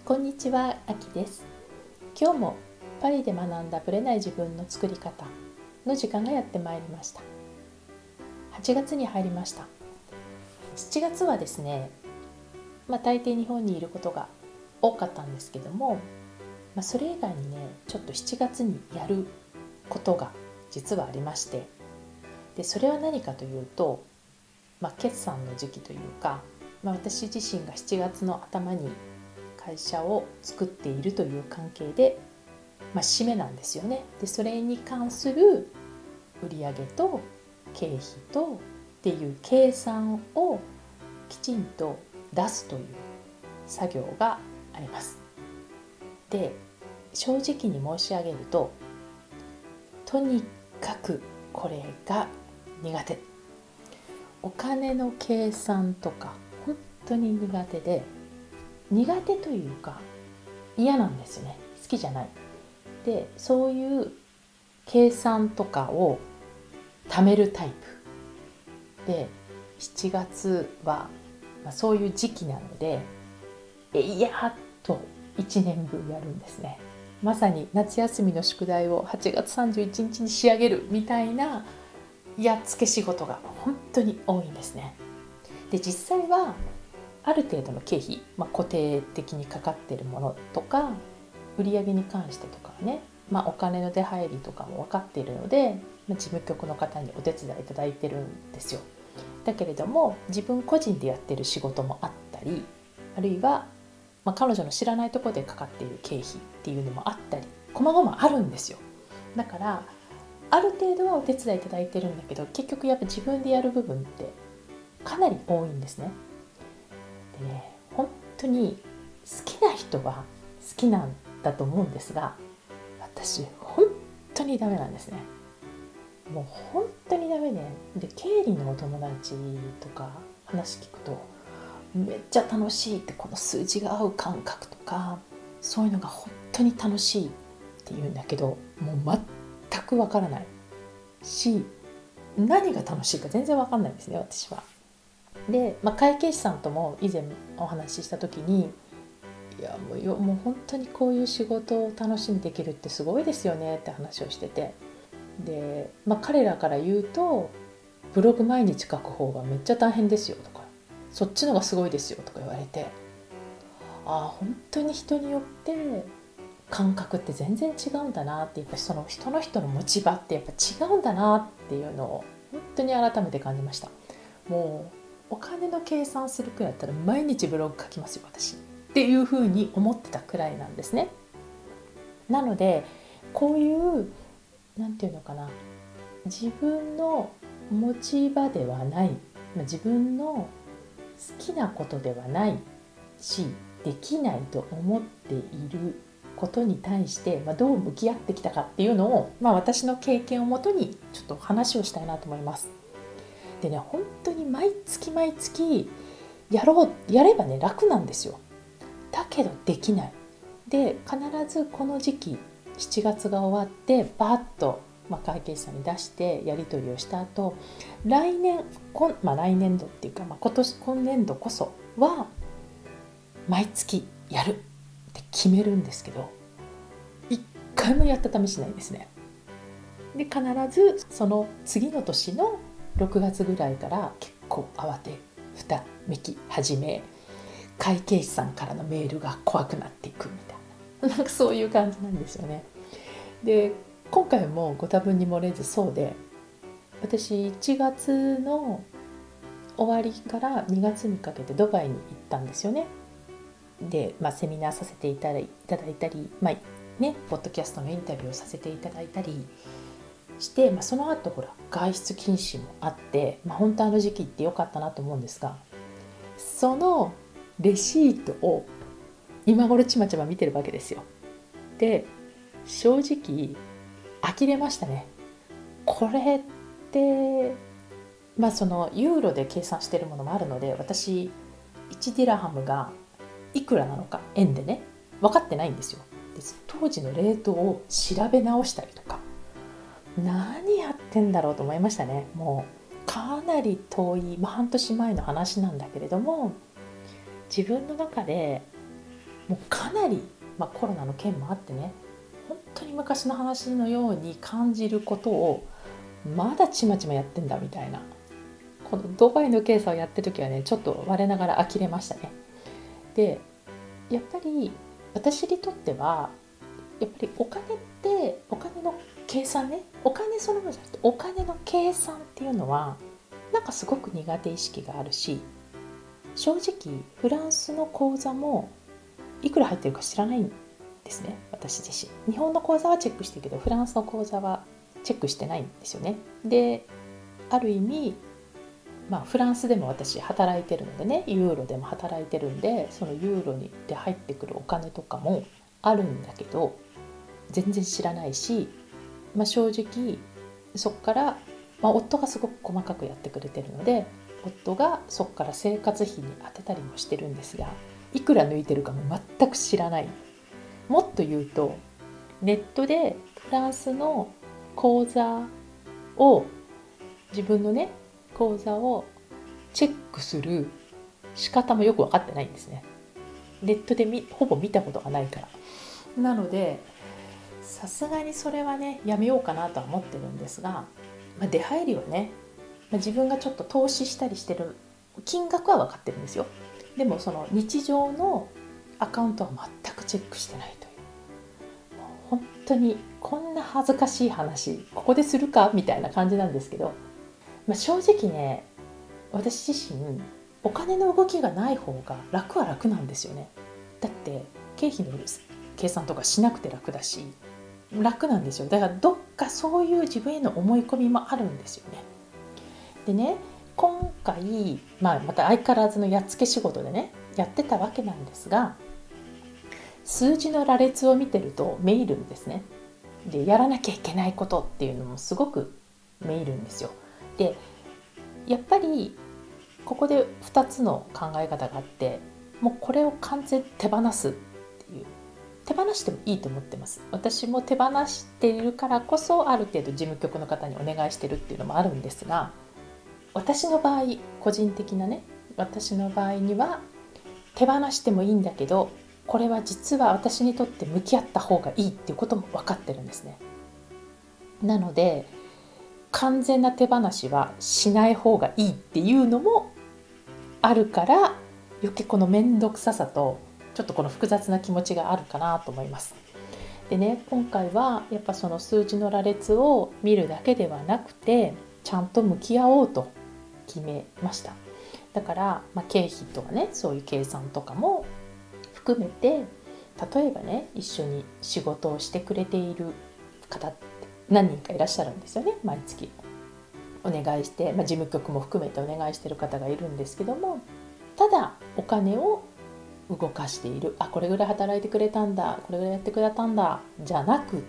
こんにちは、あきです。今日もパリで学んだブレない自分の作り方の時間がやってまいりました。8月に入りました。7月はですね、大抵日本にいることが多かったんですけども、それ以外にね、ちょっと7月にやることが実はありまして、でそれは何かというと、決算の時期というか、私自身が7月の頭に会社を作っているという関係で、締めなんですよね。でそれに関する売上と経費とっていう計算をきちんと出すという作業があります。で正直に申し上げると、とにかくこれが苦手。お金の計算とか本当に苦手で、苦手というか嫌なんですよね。好きじゃない。でそういう計算とかを貯めるタイプで、7月はそういう時期なので、やっと1年分やるんですね。まさに夏休みの宿題を8月31日に仕上げるみたいなやっつけ仕事が本当に多いんですね。で実際はある程度の経費、固定的にかかっているものとか売上に関してとかね、お金の出入りとかも分かっているので、事務局の方にお手伝いいただいてるんですよ。だけれども自分個人でやってる仕事もあったり、あるいは、彼女の知らないところでかかっている経費っていうのもあったり、細々あるんですよ。だからある程度はお手伝いいただいてるんだけど、結局やっぱ自分でやる部分ってかなり多いんですね。でね、本当に好きな人は好きなんだと思うんですが、私本当にダメなんですね。もう本当にダメで、経理のお友達とか話聞くと、めっちゃ楽しいって、この数字が合う感覚とかそういうのが本当に楽しいって言うんだけど、もう全くわからないし、何が楽しいか全然わかんないんですね、私は。で、会計士さんとも以前お話しした時に、いやもう本当にこういう仕事を楽しみできるってすごいですよねって話をしてて、で、彼らから言うと、ブログ毎日書く方がめっちゃ大変ですよとか、そっちのがすごいですよとか言われて、本当に人によって感覚って全然違うんだなって、やっぱりその人の持ち場ってやっぱ違うんだなっていうのを本当に改めて感じました。もうお金の計算するくらいだったら毎日ブログ書きますよ私っていうふうに思ってたくらいなんですね。なのでこういうなんていうのかな、自分の持ち場ではない、自分の好きなことではないし、できないと思っていることに対して、どう向き合ってきたかっていうのを、私の経験をもとにちょっと話をしたいなと思います。でね、本当に毎月毎月やればね楽なんですよ。だけどできない。で必ずこの時期7月が終わってバーッと、会計士さんに出してやり取りをした後、来年度っていうか、今年度こそは毎月やるって決めるんですけど、一回もやった試しないですね。で必ずその次の年の6月ぐらいから結構慌てふためき始め、会計士さんからのメールが怖くなっていくみたいな、そういう感じなんですよね。で今回もご多分に漏れずそうで、私1月の終わりから2月にかけてドバイに行ったんですよね。で、セミナーさせていただいたり、ポッドキャストのインタビューをさせていただいたりして、その後外出禁止もあって、本当あの時期って良かったなと思うんですが、そのレシートを今頃ちまちま見てるわけですよ。で正直呆れましたね。これってそのユーロで計算しているものもあるので、私1ディラハムがいくらなのか円でね分かってないんですよ。で当時のレートを調べ直したりとか、何やってんだろうと思いましたね。もうかなり遠い、半年前の話なんだけれども、自分の中でもうかなり、コロナの件もあってね、本当に昔の話のように感じることをまだちまちまやってんだみたいな、このドバイのケースをやってる時はね、ちょっと我ながら呆れましたね。でやっぱり私にとってはやっぱりお金ってお金の計算ね、お金そのものじゃなくてお金の計算っていうのはなんかすごく苦手意識があるし、正直フランスの口座もいくら入ってるか知らないんですね、私自身。日本の口座はチェックしてるけどフランスの口座はチェックしてないんですよね。である意味フランスでも私働いてるのでね、ユーロでも働いてるんで、そのユーロで入ってくるお金とかもあるんだけど全然知らないし、正直そこから、夫がすごく細かくやってくれてるので、夫がそこから生活費に当てたりもしてるんですが、いくら抜いてるかも全く知らない。もっと言うとネットでフランスの口座を自分のね口座をチェックする仕方もよく分かってないんですね。ネットでほぼ見たことがないから。なのでさすがにそれはねやめようかなとは思ってるんですが、出入りはね、自分がちょっと投資したりしてる金額は分かってるんですよ。でもその日常のアカウントは全くチェックしてないという、もう本当にこんな恥ずかしい話ここでするかみたいな感じなんですけど、正直ね、私自身お金の動きがない方が楽は楽なんですよね。だって経費の計算とかしなくて楽だし楽なんですよ。だからどっかそういう自分への思い込みもあるんですよね。でね、今回、また相変わらずのやっつけ仕事でねやってたわけなんですが、数字の羅列を見てるとめいるんですね。でやらなきゃいけないことっていうのもすごくめいるんですよ。でやっぱりここで2つの考え方があって、もうこれを完全に手放すっていう、手放してもいいと思ってます。私も手放しているからこそある程度事務局の方にお願いしてるっていうのもあるんですが、私の場合個人的なね、私の場合には手放してもいいんだけど、これは実は私にとって向き合った方がいいっていうことも分かってるんですね。なので完全な手放しはしない方がいいっていうのもあるから、余計この面倒くささとちょっとこの複雑な気持ちがあるかなと思います。でね、今回はやっぱその数字の羅列を見るだけではなくてちゃんと向き合おうと決めました。だから、経費とかね、そういう計算とかも含めて、例えばね一緒に仕事をしてくれている方って何人かいらっしゃるんですよね。毎月お願いして、事務局も含めてお願いしている方がいるんですけども、ただお金を動かしている、これぐらい働いてくれたんだ、これぐらいやってくれたんだじゃなくって、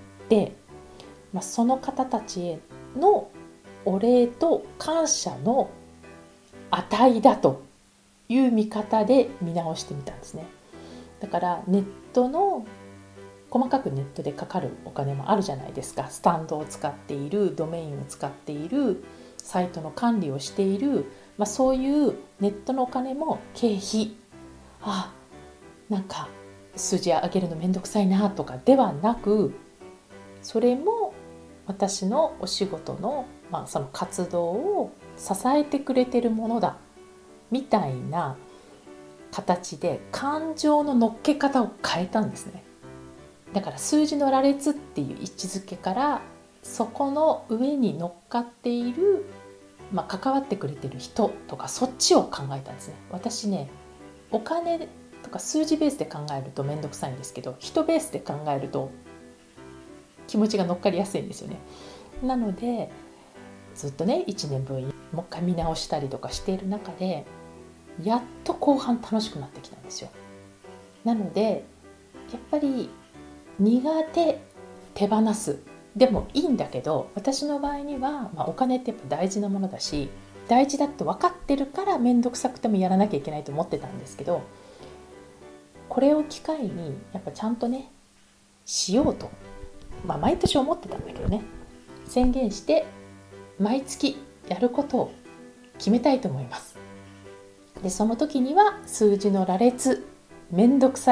その方たちへのお礼と感謝の値だという見方で見直してみたんですね。だからネットの細かくネットでかかるお金もあるじゃないですか。スタンドを使っている、ドメインを使っている、サイトの管理をしている、そういうネットのお金も経費、なんか数字上げるのめんどくさいなとかではなく、それも私のお仕事の、その活動を支えてくれてるものだみたいな形で感情の乗っけ方を変えたんですね。だから数字の羅列っていう位置づけから、そこの上に乗っかっている、関わってくれてる人とか、そっちを考えたんですね。私ね、お金とか数字ベースで考えるとめんどくさいんですけど、人ベースで考えると気持ちが乗っかりやすいんですよね。なのでずっとね1年分もう一回見直したりとかしている中で、やっと後半楽しくなってきたんですよ。なのでやっぱり苦手、手放すでもいいんだけど、私の場合には、お金ってやっぱ大事なものだし、大事だって分かってるから面倒くさくてもやらなきゃいけないと思ってたんですけど、これを機会にやっぱちゃんとねしようと、毎年思ってたんだけどね、宣言して毎月やることを決めたいと思います。でその時には数字の羅列めんどくさい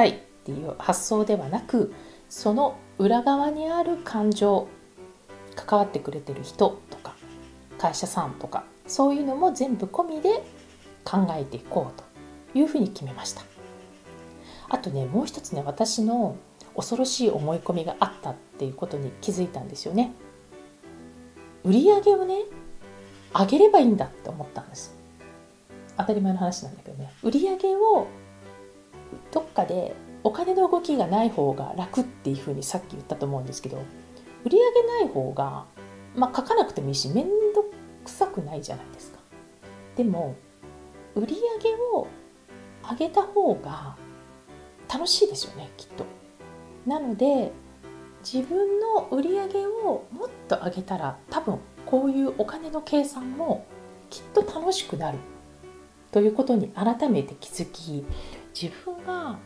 っていう発想ではなく、その裏側にある感情、関わってくれてる人とか会社さんとか、そういうのも全部込みで考えていこうというふうに決めました。あとね、もう一つね、私の恐ろしい思い込みがあったっていうことに気づいたんですよね。売り上げをね、上げればいいんだって思ったんです。当たり前の話なんだけどね、売り上げをどっかでお金の動きがない方が楽っていうふうにさっき言ったと思うんですけど、売り上げない方が、書かなくてもいいし、めんどくさくないじゃないですか。でも売り上げを上げた方が楽しいですよね、きっと。なので自分の売り上げをもっと上げたら、多分こういうお金の計算もきっと楽しくなるということに改めて気づき、自分が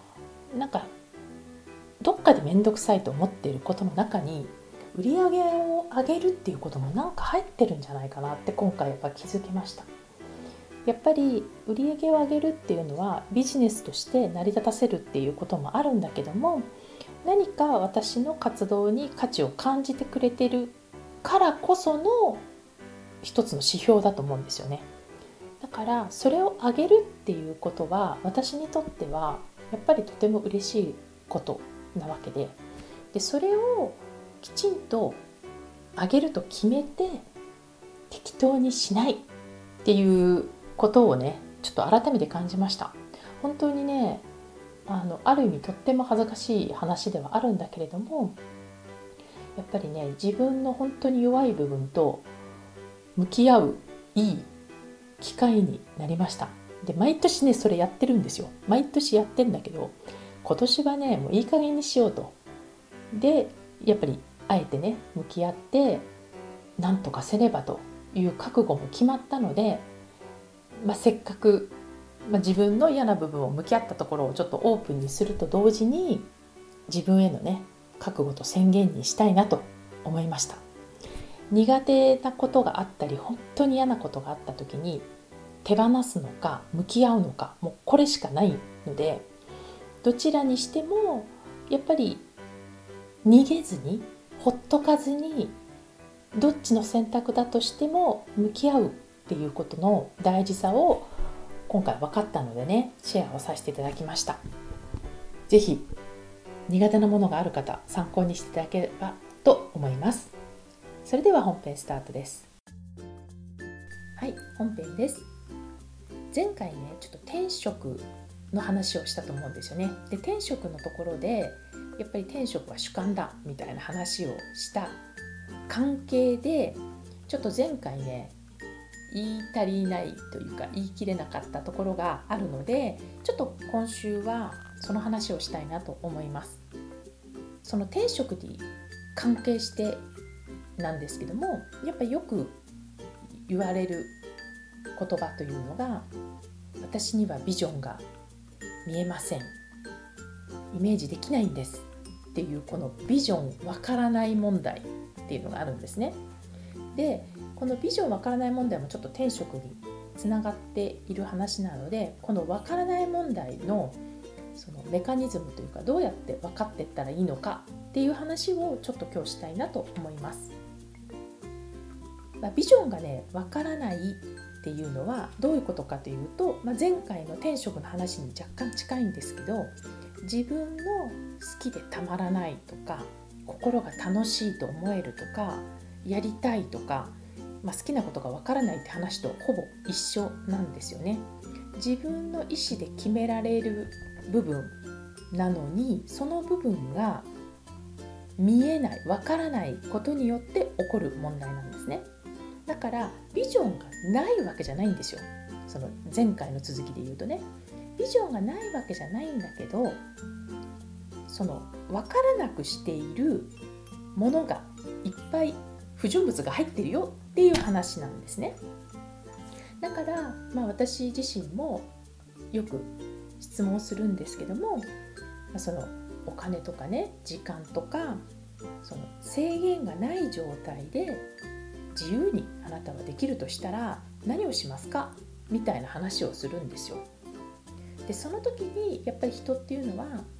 どっかで面倒くさいと思っていることの中に売り上げを上げるっていうことも入ってるんじゃないかなって今回やっぱ気づきました。やっぱり売り上げを上げるっていうのはビジネスとして成り立たせるっていうこともあるんだけども、何か私の活動に価値を感じてくれてるからこその一つの指標だと思うんですよね。だからそれを上げるっていうことは私にとってはやっぱりとても嬉しいことなわけで、それをきちんと上げると決めて適当にしないっていうことをね、ちょっと改めて感じました。本当にね、ある意味とっても恥ずかしい話ではあるんだけれども、やっぱりね、自分の本当に弱い部分と向き合ういい機会になりました。で、毎年ねそれやってるんですよ。毎年やってんだけど、今年はねもういい加減にしようと。でやっぱりあえてね向き合ってなんとかせねばという覚悟も決まったので、せっかく、自分の嫌な部分を向き合ったところをちょっとオープンにすると同時に、自分へのね覚悟と宣言にしたいなと思いました。苦手なことがあったり、本当に嫌なことがあった時に手放すのか向き合うのか、もうこれしかないので、どちらにしてもやっぱり逃げずにほっとかずに、どっちの選択だとしても向き合うっていうことの大事さを今回分かったのでね、シェアをさせていただきました。ぜひ苦手なものがある方、参考にしていただければと思います。それでは本編スタートです。はい、本編です。前回ねちょっと転職の話をしたと思うんですよね。で、転職のところでやっぱり転職は主観だみたいな話をした関係で、ちょっと前回ね言い足りないというか言い切れなかったところがあるので、ちょっと今週はその話をしたいなと思います。その転職に関係してなんですけども、やっぱりよく言われる言葉というのが、私にはビジョンが見えません、イメージできないんですっていう、このビジョンわからない問題っていうのがあるんですね。で、このビジョンわからない問題もちょっと転職につながっている話なので、このわからない問題のそのメカニズムというか、どうやって分かっていったらいいのかっていう話をちょっと今日したいなと思います。ビジョンがねわからないっていうのはどういうことかというと、前回の転職の話に若干近いんですけど、自分の好きでたまらないとか、心が楽しいと思えるとか、やりたいとか、好きなことがわからないって話とほぼ一緒なんですよね。自分の意思で決められる部分なのに、その部分が見えない、わからないことによって起こる問題なんですね。だからビジョンがないわけじゃないんですよ。その前回の続きで言うとね、ビジョンがないわけじゃないんだけど、その分からなくしているものがいっぱい、不純物が入ってるよっていう話なんですね。だから、私自身もよく質問するんですけども、そのお金とかね、時間とか、その制限がない状態で自由にあなたはできるとしたら何をしますかみたいな話をするんですよ。で、その時にやっぱり人っていうのは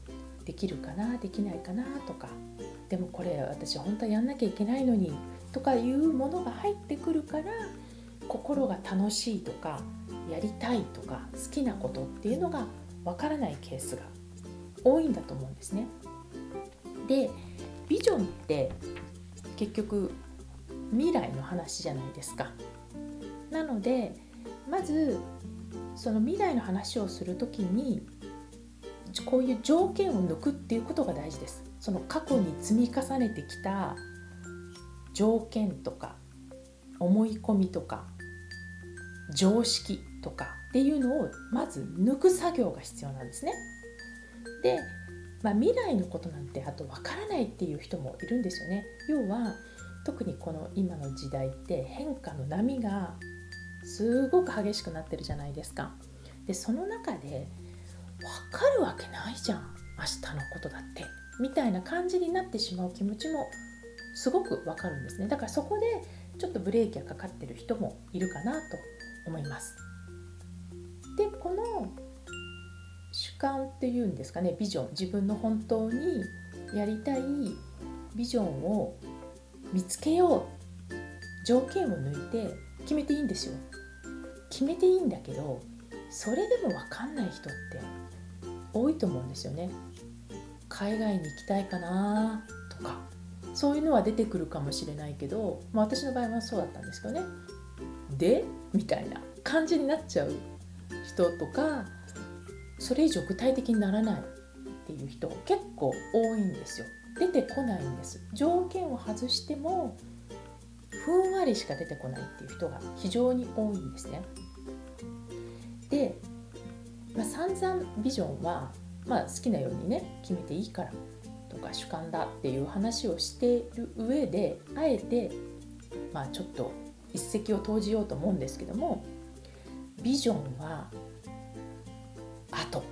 できるかなできないかなとか、でもこれ私本当はやんなきゃいけないのにとかいうものが入ってくるから、心が楽しいとかやりたいとか好きなことっていうのがわからないケースが多いんだと思うんですね。で、ビジョンって結局未来の話じゃないですか。なのでまずその未来の話をするときにこういう条件を抜くっていうことが大事です。その過去に積み重ねてきた条件とか思い込みとか常識とかっていうのをまず抜く作業が必要なんですね。で、未来のことなんてあとわからないっていう人もいるんですよね。要は特にこの今の時代って変化の波がすごく激しくなってるじゃないですか。で、その中で分かるわけないじゃん、明日のことだってみたいな感じになってしまう気持ちもすごく分かるんですね。だからそこでちょっとブレーキがかかってる人もいるかなと思います。で、この主観っていうんですかね、ビジョン、自分の本当にやりたいビジョンを見つけよう、条件を抜いて決めていいんですよ。決めていいんだけど、それでも分かんない人って多いと思うんですよね。海外に行きたいかなとか、そういうのは出てくるかもしれないけど、私の場合はそうだったんですけどね。でみたいな感じになっちゃう人とか、それ以上具体的にならないっていう人結構多いんですよ。出てこないんです。条件を外してもふんわりしか出てこないっていう人が非常に多いんですね。で、散々ビジョンは、好きなようにね決めていいからとか主観だっていう話をしている上で、あえてちょっと一石を投じようと思うんですけども、ビジョンはあと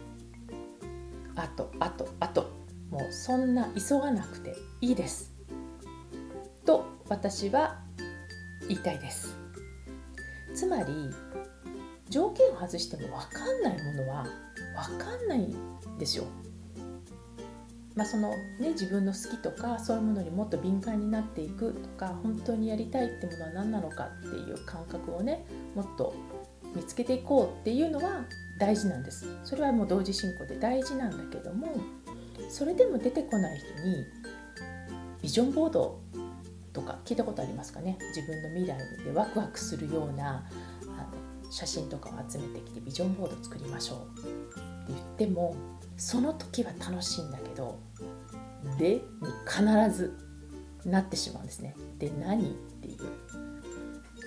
もうそんな急がなくていいですと私は言いたいです。つまり条件を外しても分かんないものは分かんないんですよ。その自分の好きとかそういうものにもっと敏感になっていくとか、本当にやりたいってものは何なのかっていう感覚をねもっと見つけていこうっていうのは大事なんです。それはもう同時進行で大事なんだけども、それでも出てこない人にビジョンボードとか聞いたことありますかね。自分の未来でワクワクするような写真とかを集めてきてビジョンボード作りましょうって言っても、その時は楽しいんだけど、でに必ずなってしまうんですね。で、何っていう。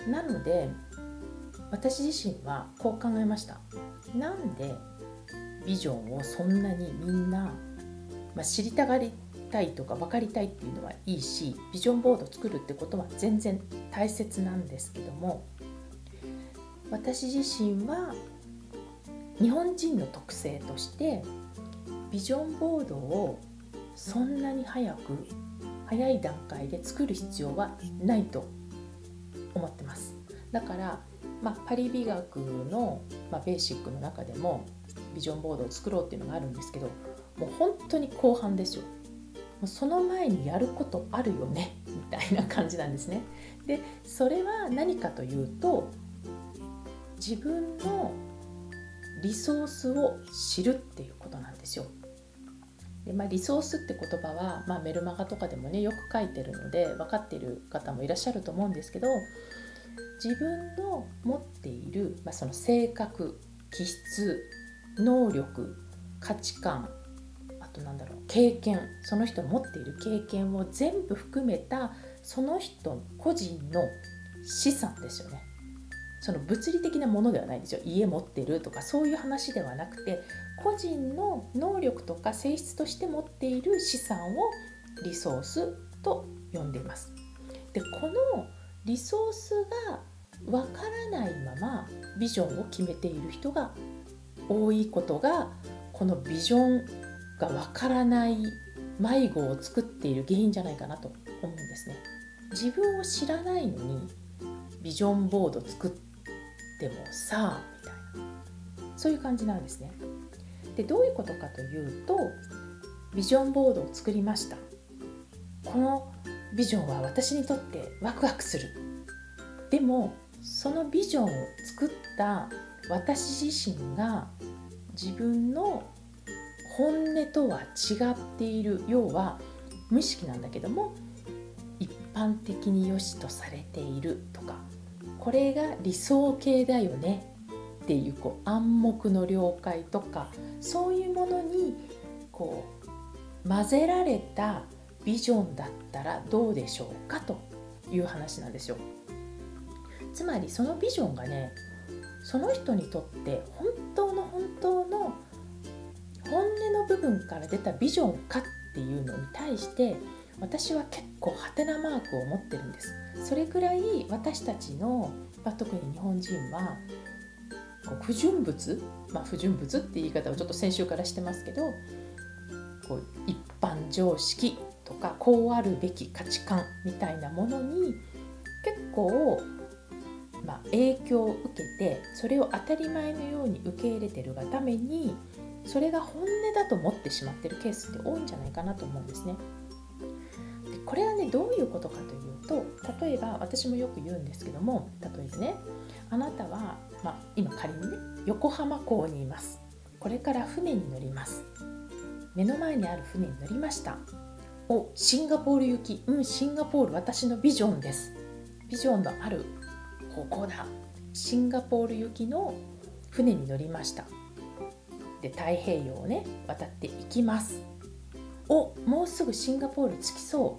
なので私自身はこう考えました。なんでビジョンをそんなにみんな、知りたがりたいとか分かりたいっていうのはいいし、ビジョンボード作るってことは全然大切なんですけども、私自身は日本人の特性としてビジョンボードをそんなに早い段階で作る必要はないと思ってます。だからパリ美学の、ベーシックの中でもビジョンボードを作ろうっていうのがあるんですけど、もう本当に後半ですよ。もうその前にやることあるよねみたいな感じなんですね。で、それは何かというと、自分のリソースを知るっていうことなんですよ。で、リソースって言葉は、メルマガとかでもねよく書いてるので分かっている方もいらっしゃると思うんですけど、自分の持っている、その性格、気質、能力、価値観、あと経験、その人の持っている経験を全部含めたその人個人の資産ですよね。その物理的なものではないんですよ。家持ってるとかそういう話ではなくて、個人の能力とか性質として持っている資産をリソースと呼んでいます。で、このリソースがわからないままビジョンを決めている人が多いことが、このビジョンがわからない迷子を作っている原因じゃないかなと思うんですね。自分を知らないのにビジョンボード作ってもさみたいな、そういう感じなんですね。で、どういうことかというと、 ビジョンボードを作りました。このビジョンは私にとってワクワクする。でもそのビジョンを作った私自身が自分の本音とは違っている、要は無意識なんだけども一般的に良しとされているとか、これが理想形だよねっていう、暗黙の了解とか、そういうものに混ぜられたビジョンだったらどうでしょうかという話なんですよ。つまりそのビジョンがね、その人にとって本当の本音の部分から出たビジョンかっていうのに対して私は結構ハテナマークを持ってるんです。それぐらい私たちの、特に日本人は不純物、不純物って言い方をちょっと先週からしてますけど、一般常識とかこうあるべき価値観みたいなものに結構、影響を受けて、それを当たり前のように受け入れてるがために、それが本音だと思ってしまってるケースって多いんじゃないかなと思うんですね。でこれはね、どういうことかというと、例えば私もよく言うんですけども、例えばね、あなたは、今仮にね、横浜港にいます。これから船に乗ります。目の前にある船に乗りました。シンガポール行き、シンガポール私のビジョンです。ビジョンのある方向だ。シンガポール行きの船に乗りました。で太平洋をね渡っていきます。もうすぐシンガポール着きそう。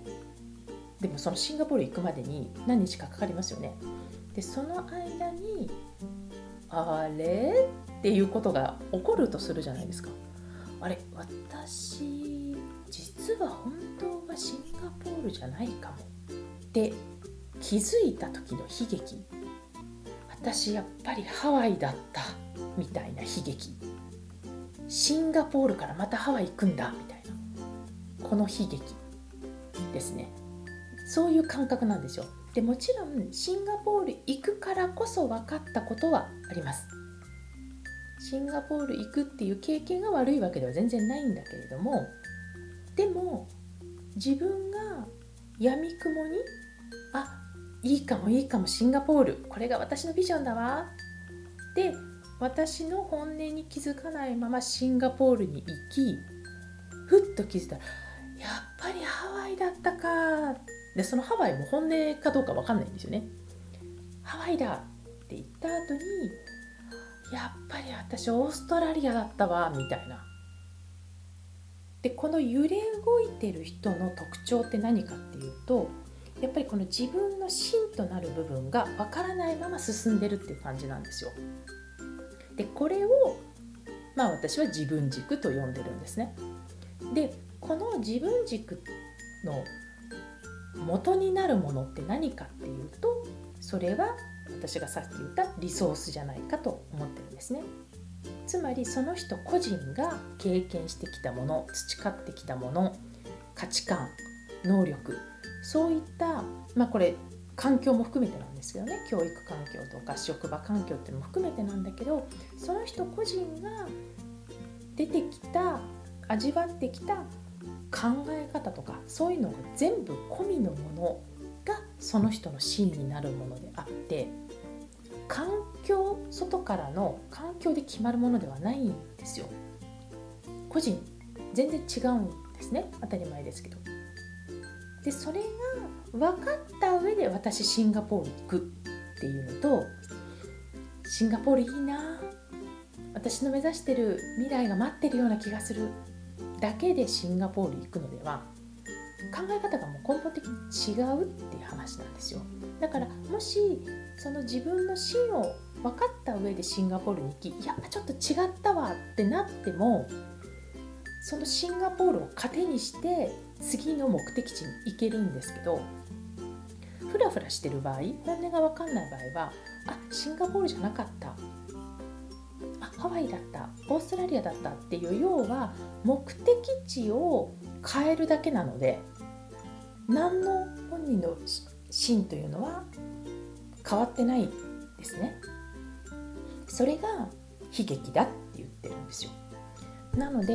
でもそのシンガポール行くまでに何日かかかりますよね。でその間にあれっていうことが起こるとするじゃないですか。あれ、私実は本当はシンガポールじゃないかもって気づいた時の悲劇、私やっぱりハワイだったみたいな悲劇、シンガポールからまたハワイ行くんだみたいな、この悲劇ですね。そういう感覚なんですよ。でもちろんシンガポール行くからこそ分かったことはあります。シンガポール行くっていう経験が悪いわけでは全然ないんだけれども、でも自分が闇雲にいいかもシンガポール、これが私のビジョンだわで、私の本音に気づかないままシンガポールに行き、ふっと気づいたらやっぱりハワイだったかで、そのハワイも本音かどうか分かんないんですよね。ハワイだって言った後にやっぱり私オーストラリアだったわみたいな。でこの揺れ動いてる人の特徴って何かっていうと、やっぱりこの自分の芯となる部分がわからないまま進んでるっていう感じなんですよ。でこれを私は自分軸と呼んでるんですね。でこの自分軸の元になるものって何かっていうと、それは私がさっき言ったリソースじゃないかと思ってるんですね。つまりその人個人が経験してきたもの、培ってきたもの、価値観、能力、そういったこれ環境も含めてなんですけどね、教育環境とか職場環境っていうのも含めてなんだけど、その人個人が出てきた、味わってきた考え方とか、そういうのが全部込みのものがその人の芯になるものであって、環境、外からの環境で決まるものではないんですよ。個人全然違うんですね。当たり前ですけど。でそれが分かった上で私シンガポール行くっていうのと、シンガポールいいな、私の目指してる未来が待ってるような気がするだけでシンガポール行くのでは、考え方がもう根本的に違うっていう話なんですよ。だからもしその自分の芯を分かった上でシンガポールに行き、やっぱちょっと違ったわってなっても、そのシンガポールを糧にして次の目的地に行けるんですけど、フラフラしてる場合、本音が分かんない場合は、シンガポールじゃなかった、ハワイだった、オーストラリアだったっていう、要は目的地を変えるだけなので、何の本人の芯というのは変わってないですね。それが悲劇だって言ってるんですよ。なので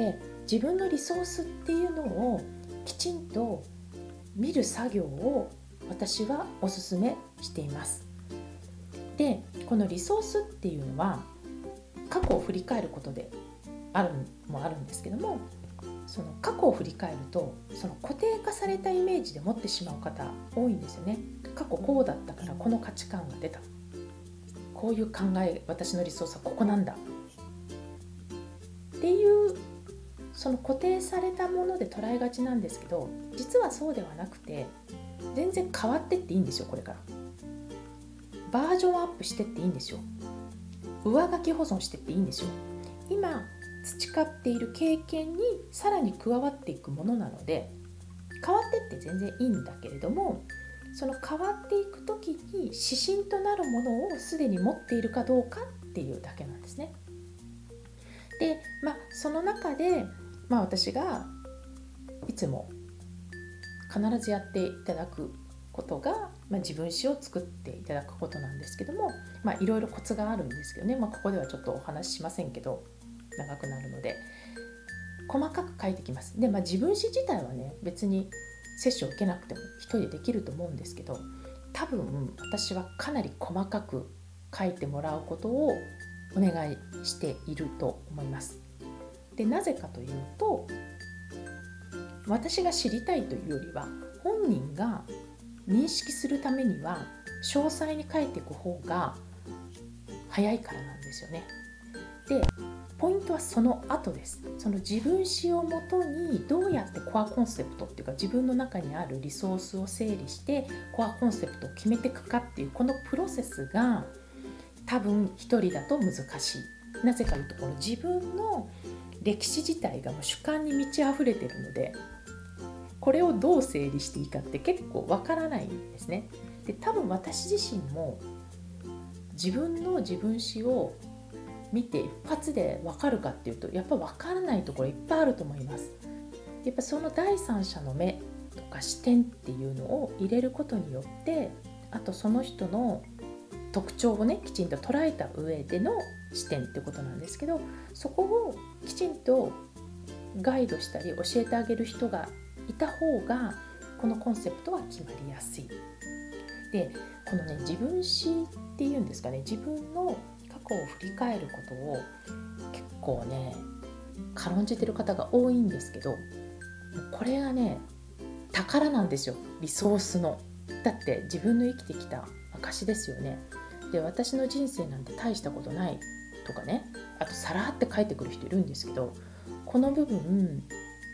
自分のリソースっていうのをきちんと見る作業を私はおすすめしています。で、このリソースっていうのは過去を振り返ることであるんですけども、その過去を振り返るとその固定化されたイメージで持ってしまう方多いんですよね。過去こうだったからこの価値観が出た、こういう考え、私のリソースはここなんだっていうその固定されたもので捉えがちなんですけど、実はそうではなくて全然変わってっていいんですよ。これからバージョンアップしてっていいんですよ。上書き保存してっていいんですよ。今培っている経験にさらに加わっていくものなので、変わってって全然いいんだけれども、その変わっていく時に指針となるものをすでに持っているかどうかっていうだけなんですね。で、その中で、私がいつも必ずやっていただくことが、自分史を作っていただくことなんですけども、いろいろコツがあるんですけどね、ここではちょっとお話ししませんけど長くなるので細かく書いてきます。で、自分史自体はね、別にセッション受けなくても一人でできると思うんですけど、多分私はかなり細かく書いてもらうことをお願いしていると思います。で、なぜかというと、私が知りたいというよりは本人が認識するためには詳細に書いていく方が早いからなんですよね。で、ポイントはその後です。その自分史をもとにどうやってコアコンセプトっていうか、自分の中にあるリソースを整理してコアコンセプトを決めていくかっていう、このプロセスが多分一人だと難しい。なぜかというと、この自分の歴史自体がもう主観に満ち溢れているので、これをどう整理していいかって結構わからないんですね。で、多分私自身も自分の自分史を見て一発でわかるかっていうと、やっぱわからないところいっぱいあると思います。やっぱその第三者の目とか視点っていうのを入れることによって、あとその人の特徴をねきちんと捉えた上での視点ってことなんですけど、そこをきちんとガイドしたり教えてあげる人がいた方がこのコンセプトは決まりやすい。で、このね、自分史っていうんですかね、自分の過去を振り返ることを結構ね軽んじてる方が多いんですけど、これがね宝なんですよ、リソースの。だって自分の生きてきた証ですよね。で、私の人生なんて大したことないとかね、あとさらって書いてくる人いるんですけど、この部分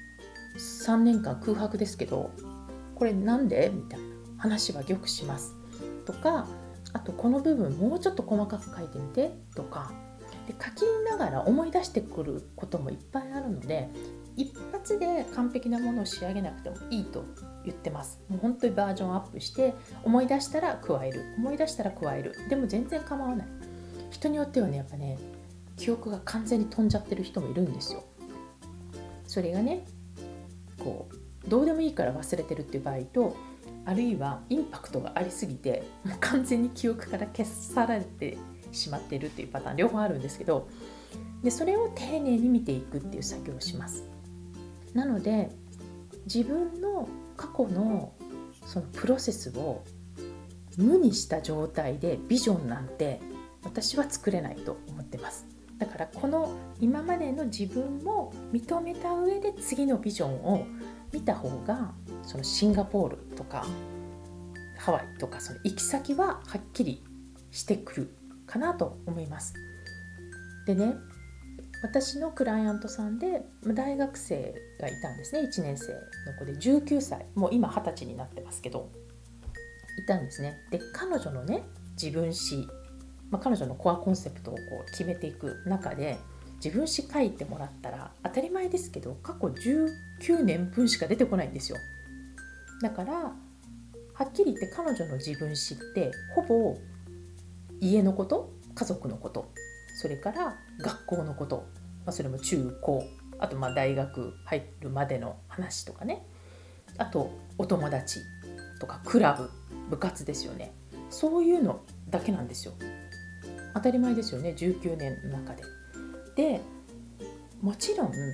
3年間空白ですけど、これなんでみたいな話はよくしますとか、あとこの部分もうちょっと細かく書いてみてとかで、書きながら思い出してくることもいっぱいあるので、一発で完璧なものを仕上げなくてもいいと言ってます。もう本当にバージョンアップして、思い出したら加える、思い出したら加える、でも全然構わない。人によってはね、やっぱね記憶が完全に飛んじゃってる人もいるんですよ。それがね、こうどうでもいいから忘れてるっていう場合と、あるいはインパクトがありすぎてもう完全に記憶から消されてしまっているっていうパターン両方あるんですけど、でそれを丁寧に見ていくっていう作業をします。なので自分の過去のそのプロセスを無にした状態でビジョンなんて私は作れないと思ってます。だからこの今までの自分も認めた上で次のビジョンを見た方が、そのシンガポールとかハワイとかその行き先ははっきりしてくるかなと思います。でね、私のクライアントさんで大学生がいたんですね。1年生の子で19歳、もう今20歳になってますけどいたんですね。で、彼女のね自分史、彼女のコアコンセプトをこう決めていく中で、自分史書いてもらったら当たり前ですけど過去19年分しか出てこないんですよ。だからはっきり言って彼女の自分史ってほぼ家のこと、家族のこと、それから学校のこと、それも中高、あと大学入るまでの話とかね、あとお友達とかクラブ、部活ですよね。そういうのだけなんですよ。当たり前ですよね、19年の中で。で、もちろんこ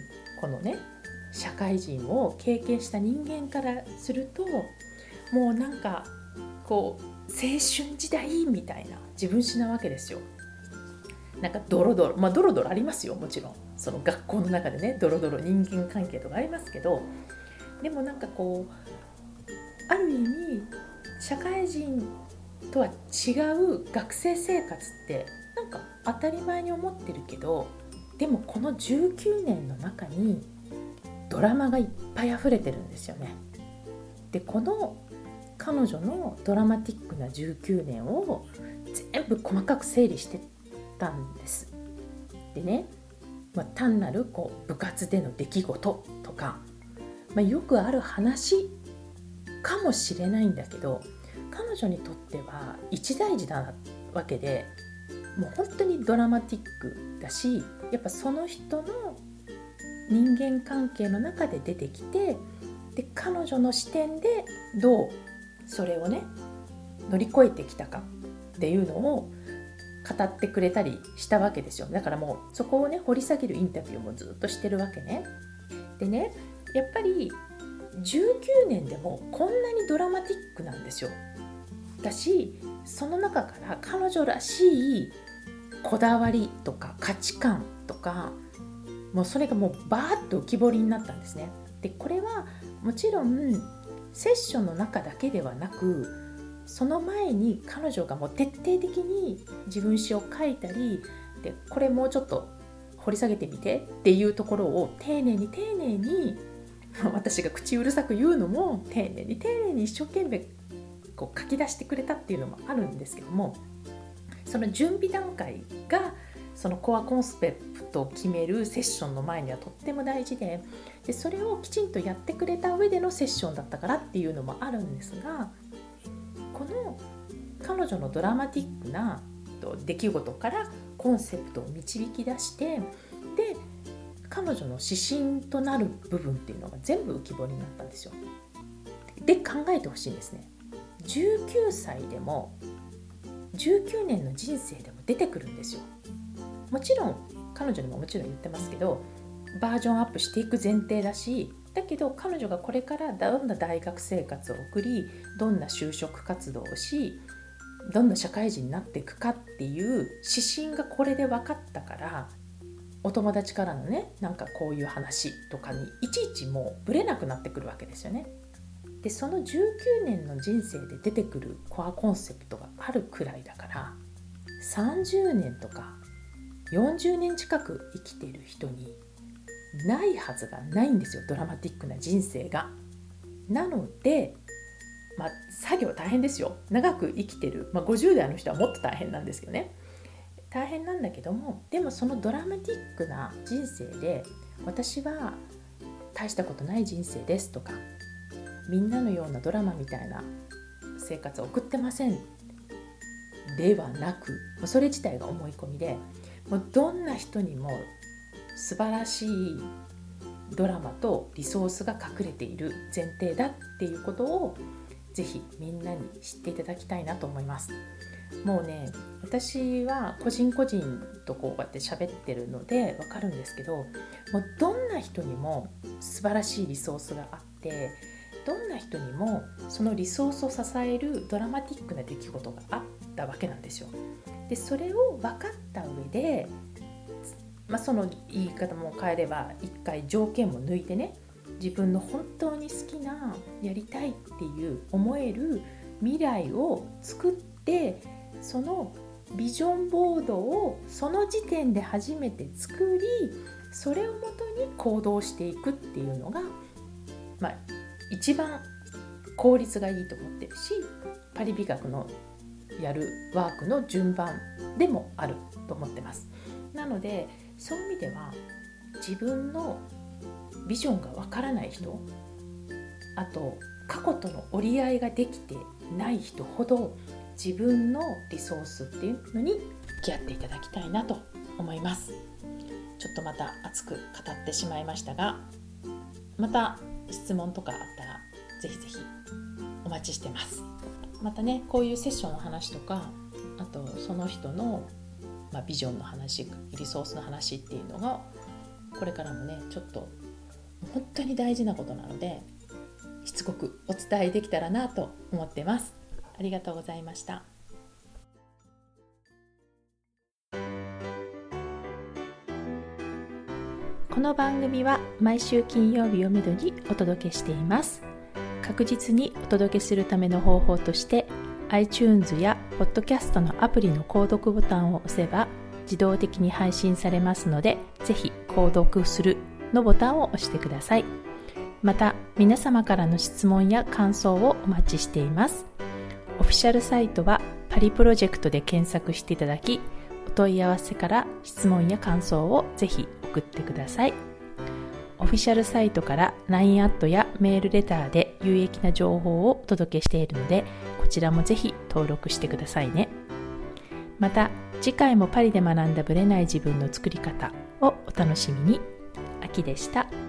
このね社会人を経験した人間からすると、もうなんかこう青春時代みたいな自分史なわけですよ。なんかドロドロ、ドロドロありますよ、もちろんその学校の中でねドロドロ人間関係とかありますけど、でもなんかこうある意味社会人とは違う学生生活ってなんか当たり前に思ってるけど、でもこの19年の中にドラマがいっぱい溢れてるんですよね。でこの彼女のドラマティックな19年を全部細かく整理してたんです。でね、単なる部活での出来事とか、よくある話かもしれないんだけど、彼女にとっては一大事なわけで、もう本当にドラマティックだし、やっぱその人の人間関係の中で出てきて、で彼女の視点でどうそれをね乗り越えてきたかっていうのを語ってくれたりしたわけですよ。だからもうそこをね掘り下げるインタビューもずっとしてるわけね。でね、やっぱり19年でもこんなにドラマティックなんですよ。だし、その中から彼女らしいこだわりとか価値観とか、もうそれがもうバーッと浮き彫りになったんですね。でこれはもちろんセッションの中だけではなく、その前に彼女がもう徹底的に自分史を書いたり、でこれもうちょっと掘り下げてみてっていうところを丁寧に私が口うるさく言うのも丁寧に一生懸命書き出してくれたっていうのもあるんですけども、その準備段階がそのコアコンセプトを決めるセッションの前にはとっても大事で、それをきちんとやってくれた上でのセッションだったからっていうのもあるんですが、この彼女のドラマティックな出来事からコンセプトを導き出して、で彼女の指針となる部分っていうのが全部浮き彫りになったんですよ。で考えてほしいんですね。19歳でも19年の人生でも出てくるんですよ。もちろん彼女にももちろん言ってますけど、バージョンアップしていく前提だし、だけど彼女がこれからどんな大学生活を送り、どんな就職活動をし、どんな社会人になっていくかっていう指針がこれで分かったから、お友達からのねなんかこういう話とかにいちいちもうブレなくなってくるわけですよね。でその19年の人生で出てくるコアコンセプトがあるくらいだから、30年とか40年近く生きている人にないはずがないんですよ、ドラマティックな人生が。なので、作業大変ですよ。長く生きてる、50代の人はもっと大変なんですけどね。大変なんだけども、でもそのドラマティックな人生で、私は大したことない人生ですとか、みんなのようなドラマみたいな生活を送ってませんではなく、それ自体が思い込みで、もうどんな人にも素晴らしいドラマとリソースが隠れている前提だっていうことをぜひみんなに知っていただきたいなと思います。もうね、私は個人個人とこうやって喋ってるので分かるんですけど、もうどんな人にも素晴らしいリソースがあって、どんな人にもそのリソースを支えるドラマティックな出来事があったわけなんですよ。でそれを分かった上で、その言い方も変えれば一回条件も抜いてね、自分の本当に好きなやりたいっていう思える未来を作って、そのビジョンボードをその時点で初めて作り、それをもとに行動していくっていうのが、一番効率がいいと思ってるし、パリ美学のやるワークの順番でもあると思ってます。なのでそういう意味では、自分のビジョンがわからない人、あと過去との折り合いができてない人ほど、自分のリソースっていうのに向き合っていただきたいなと思います。ちょっとまた熱く語ってしまいましたが、また質問とかあったらぜひぜひお待ちしてます。またね、こういうセッションの話とか、あとその人のビジョンの話、リソースの話っていうのがこれからもねちょっと本当に大事なことなので、しつこくお伝えできたらなと思ってます。ありがとうございました。この番組は毎週金曜日をめどにお届けしています。確実にお届けするための方法として、iTunes や Podcast のアプリの購読ボタンを押せば自動的に配信されますので、ぜひ購読するのボタンを押してください。また、皆様からの質問や感想をお待ちしています。オフィシャルサイトはパリプロジェクトで検索していただき、お問い合わせから質問や感想をぜひ送ってください。オフィシャルサイトから LINE アットやメールレターで有益な情報をお届けしているので、こちらもぜひ登録してくださいね。また、次回もパリで学んだブレない自分の作り方をお楽しみに。あきでした。